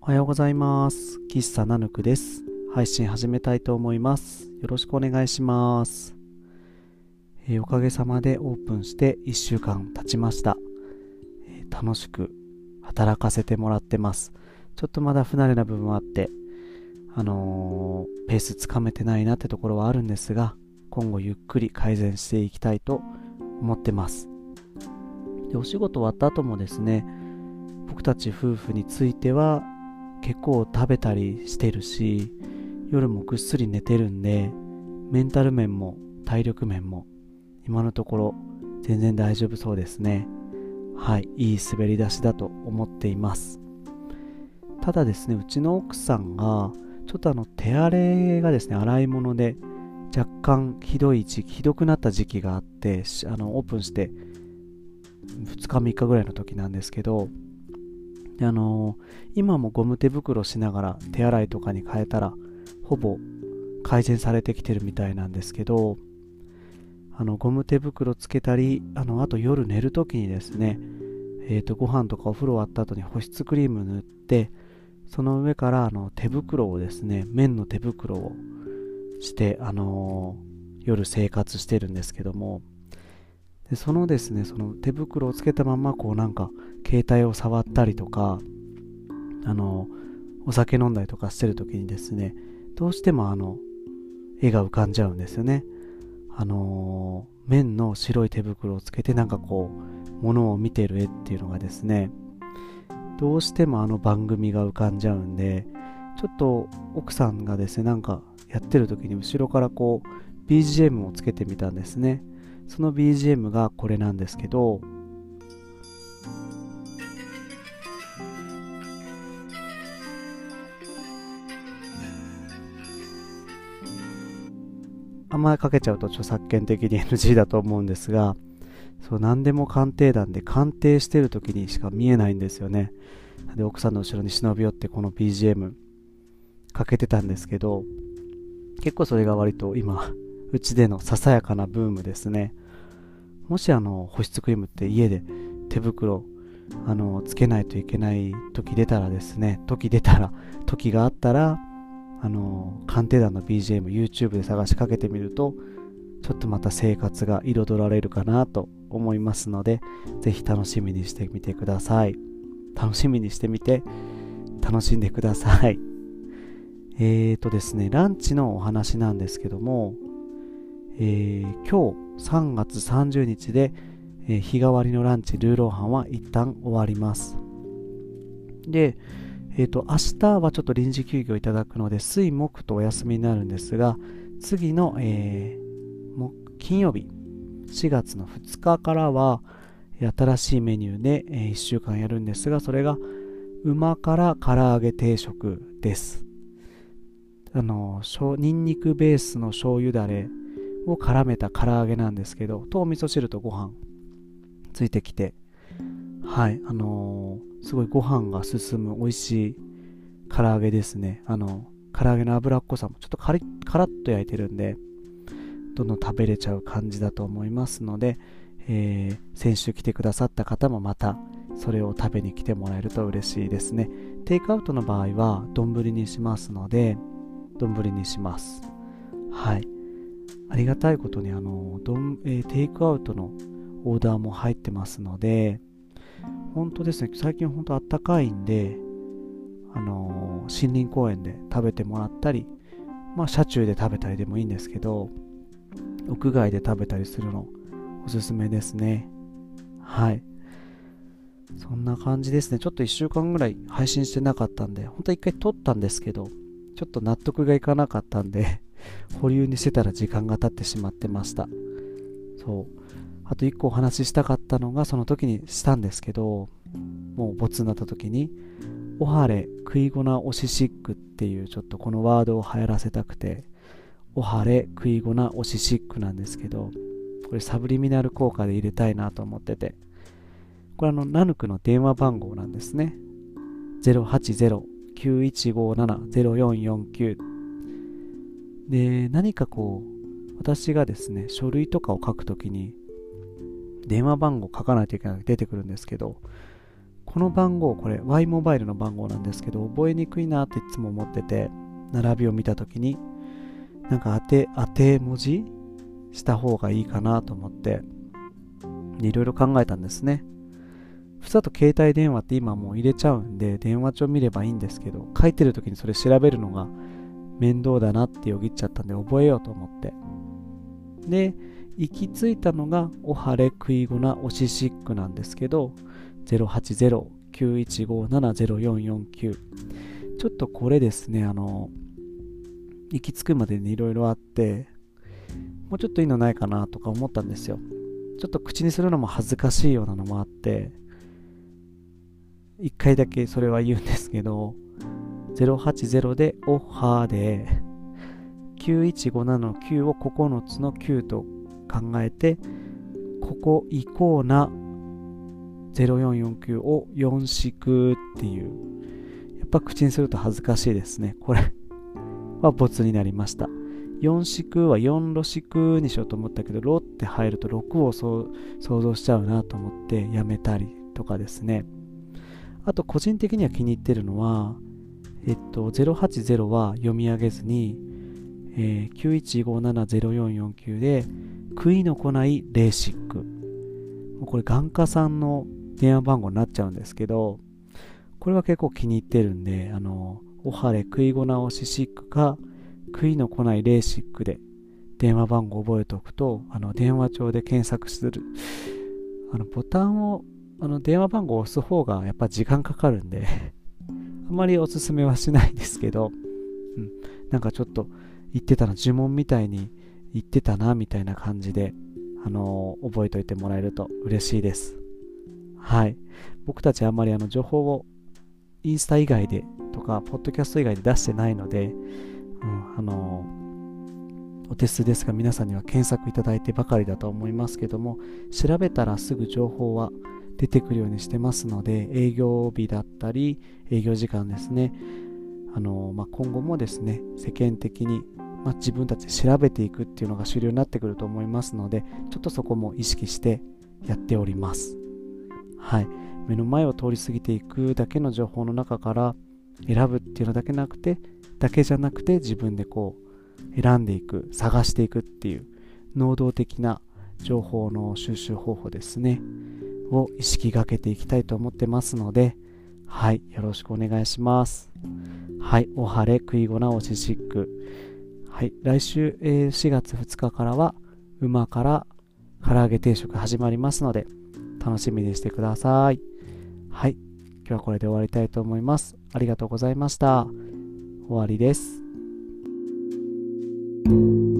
おはようございます。喫茶ナヌクです。配信始めたいと思います。よろしくお願いします。おかげさまでオープンして1週間経ちました。楽しく働かせてもらってます。ちょっとまだ不慣れな部分はあって、ペースつかめてないなってところはあるんですが、今後ゆっくり改善していきたいと思ってます。で、お仕事終わった後もですね、僕たち夫婦については結構食べたりしてるし、夜もぐっすり寝てるんで、メンタル面も体力面も今のところ全然大丈夫そうですね。はい、いい滑り出しだと思っています。ただですね、うちの奥さんがちょっと手荒れがですね、洗い物で若干ひどくなった時期があって、オープンして2日3日ぐらいの時なんですけど、で今もゴム手袋しながら手洗いとかに変えたらほぼ改善されてきてるみたいなんですけど、ゴム手袋つけたり、あと夜寝るときにですね、ご飯とかお風呂終わった後に保湿クリーム塗って、その上から手袋をですね、綿の手袋をして、夜生活してるんですけども、でそのですね、その手袋をつけたままこうなんか携帯を触ったりとか、お酒飲んだりとかしてるときにですね、どうしても絵が浮かんじゃうんですよね。綿の白い手袋をつけてなんかこう物を見てる絵っていうのがですね、どうしても番組が浮かんじゃうんで、ちょっと奥さんがですね、なんかやってる時に後ろからこう BGM をつけてみたんですね。その BGM がこれなんですけど、あんまりかけちゃうと著作権的に NG だと思うんですが、そう、何でも鑑定団で鑑定してる時にしか見えないんですよね。で、奥さんの後ろに忍び寄ってこの BGM かけてたんですけど、結構それが割と今うちでのささやかなブームですね。もし保湿クリームって家で手袋つけないといけない時があったら、鑑定団の BGM YouTube で探しかけてみると、ちょっとまた生活が彩られるかなと思いますので、ぜひ楽しみにしてみてください。楽しみにしてみて楽しんでください。ですね、ランチのお話なんですけども、今日3月30日で、日替わりのランチルーローハンは一旦終わります。で、明日はちょっと臨時休業いただくので水木とお休みになるんですが、次の、金曜日4月の2日からは新しいメニューで、1週間やるんですが、それが旨辛唐揚げ定食です。ニンニクベースの醤油だれを絡めた唐揚げなんですけど、とお味噌汁とご飯ついてきて、はい、すごいご飯が進む美味しい唐揚げですね。唐揚げの脂っこさもちょっとカラッと焼いてるんで、どんどん食べれちゃう感じだと思いますので、先週来てくださった方もまたそれを食べに来てもらえると嬉しいですね。テイクアウトの場合は丼にしますので、丼にします。はい。ありがたいことにテイクアウトのオーダーも入ってますので、本当ですね、最近本当あったかいんで、森林公園で食べてもらったり、車中で食べたりでもいいんですけど、屋外で食べたりするのおすすめですね。はい。そんな感じですね。ちょっと1週間ぐらい配信してなかったんで、本当は1回撮ったんですけど、ちょっと納得がいかなかったんで保留にしてたら時間が経ってしまってました。そう。あと1個お話ししたかったのが、その時にしたんですけど、もうボツになった時に、おはれ食いごなおししっくっていう、ちょっとこのワードを流行らせたくて、おはれ食いごなおししっくなんですけど、これサブリミナル効果で入れたいなと思ってて、これナヌクの電話番号なんですね。080-9157-0449で、何かこう私がですね、書類とかを書くときに電話番号書かないといけないのが出てくるんですけど、 この番号、これ Y モバイルの番号なんですけど、覚えにくいなっていつも思ってて、並びを見たときになんか当て文字した方がいいかなと思っていろいろ考えたんですね。普通だと携帯電話って今もう入れちゃうんで電話帳見ればいいんですけど、書いてる時にそれ調べるのが面倒だなってよぎっちゃったんで覚えようと思って、で行き着いたのがおはれくいごなおししっくなんですけど、080-9157-0449。ちょっとこれですね、行き着くまでにいろいろあって、もうちょっといいのないかなとか思ったんですよ。ちょっと口にするのも恥ずかしいようなのもあって、一回だけそれは言うんですけど、080でおはで、9157の9を9つの9と考えて、ここ以降な0449を4四くっていう、やっぱ口にすると恥ずかしいですね。これはボツになりました。4四くは4ロ四くにしようと思ったけど、ロって入ると6を想像しちゃうなと思ってやめたりとかですね。あと個人的には気に入ってるのは、080は読み上げずに、91570449で悔いのこないレーシック。もうこれ眼科さんの電話番号になっちゃうんですけど、これは結構気に入ってるんで、おはれ悔いごなおししっくか悔いのこないレーシックで電話番号を覚えておくと、電話帳で検索するボタンを電話番号を押す方がやっぱ時間かかるんであまりおすすめはしないですけど、なんかちょっと言ってたの呪文みたいに言ってたなみたいな感じで覚えておいてもらえると嬉しいです。はい、僕たちあんまり情報をインスタ以外でとかポッドキャスト以外で出してないので、お手数ですが皆さんには検索いただいてばかりだと思いますけども、調べたらすぐ情報は出てくるようにしてますので、営業日だったり営業時間ですね、今後もですね世間的に、自分たちで調べていくっていうのが主流になってくると思いますので、ちょっとそこも意識してやっております。はい、目の前を通り過ぎていくだけの情報の中から選ぶっていうのだけじゃなくて自分でこう選んでいく、探していくっていう能動的な情報の収集方法ですねを意識がけていきたいと思ってますので、はい、よろしくお願いします。はい、おはれくいごなおししっく。はい、来週、4月2日からは馬から唐揚げ定食始まりますので楽しみにしてください。はい、今日はこれで終わりたいと思います。ありがとうございました。終わりです。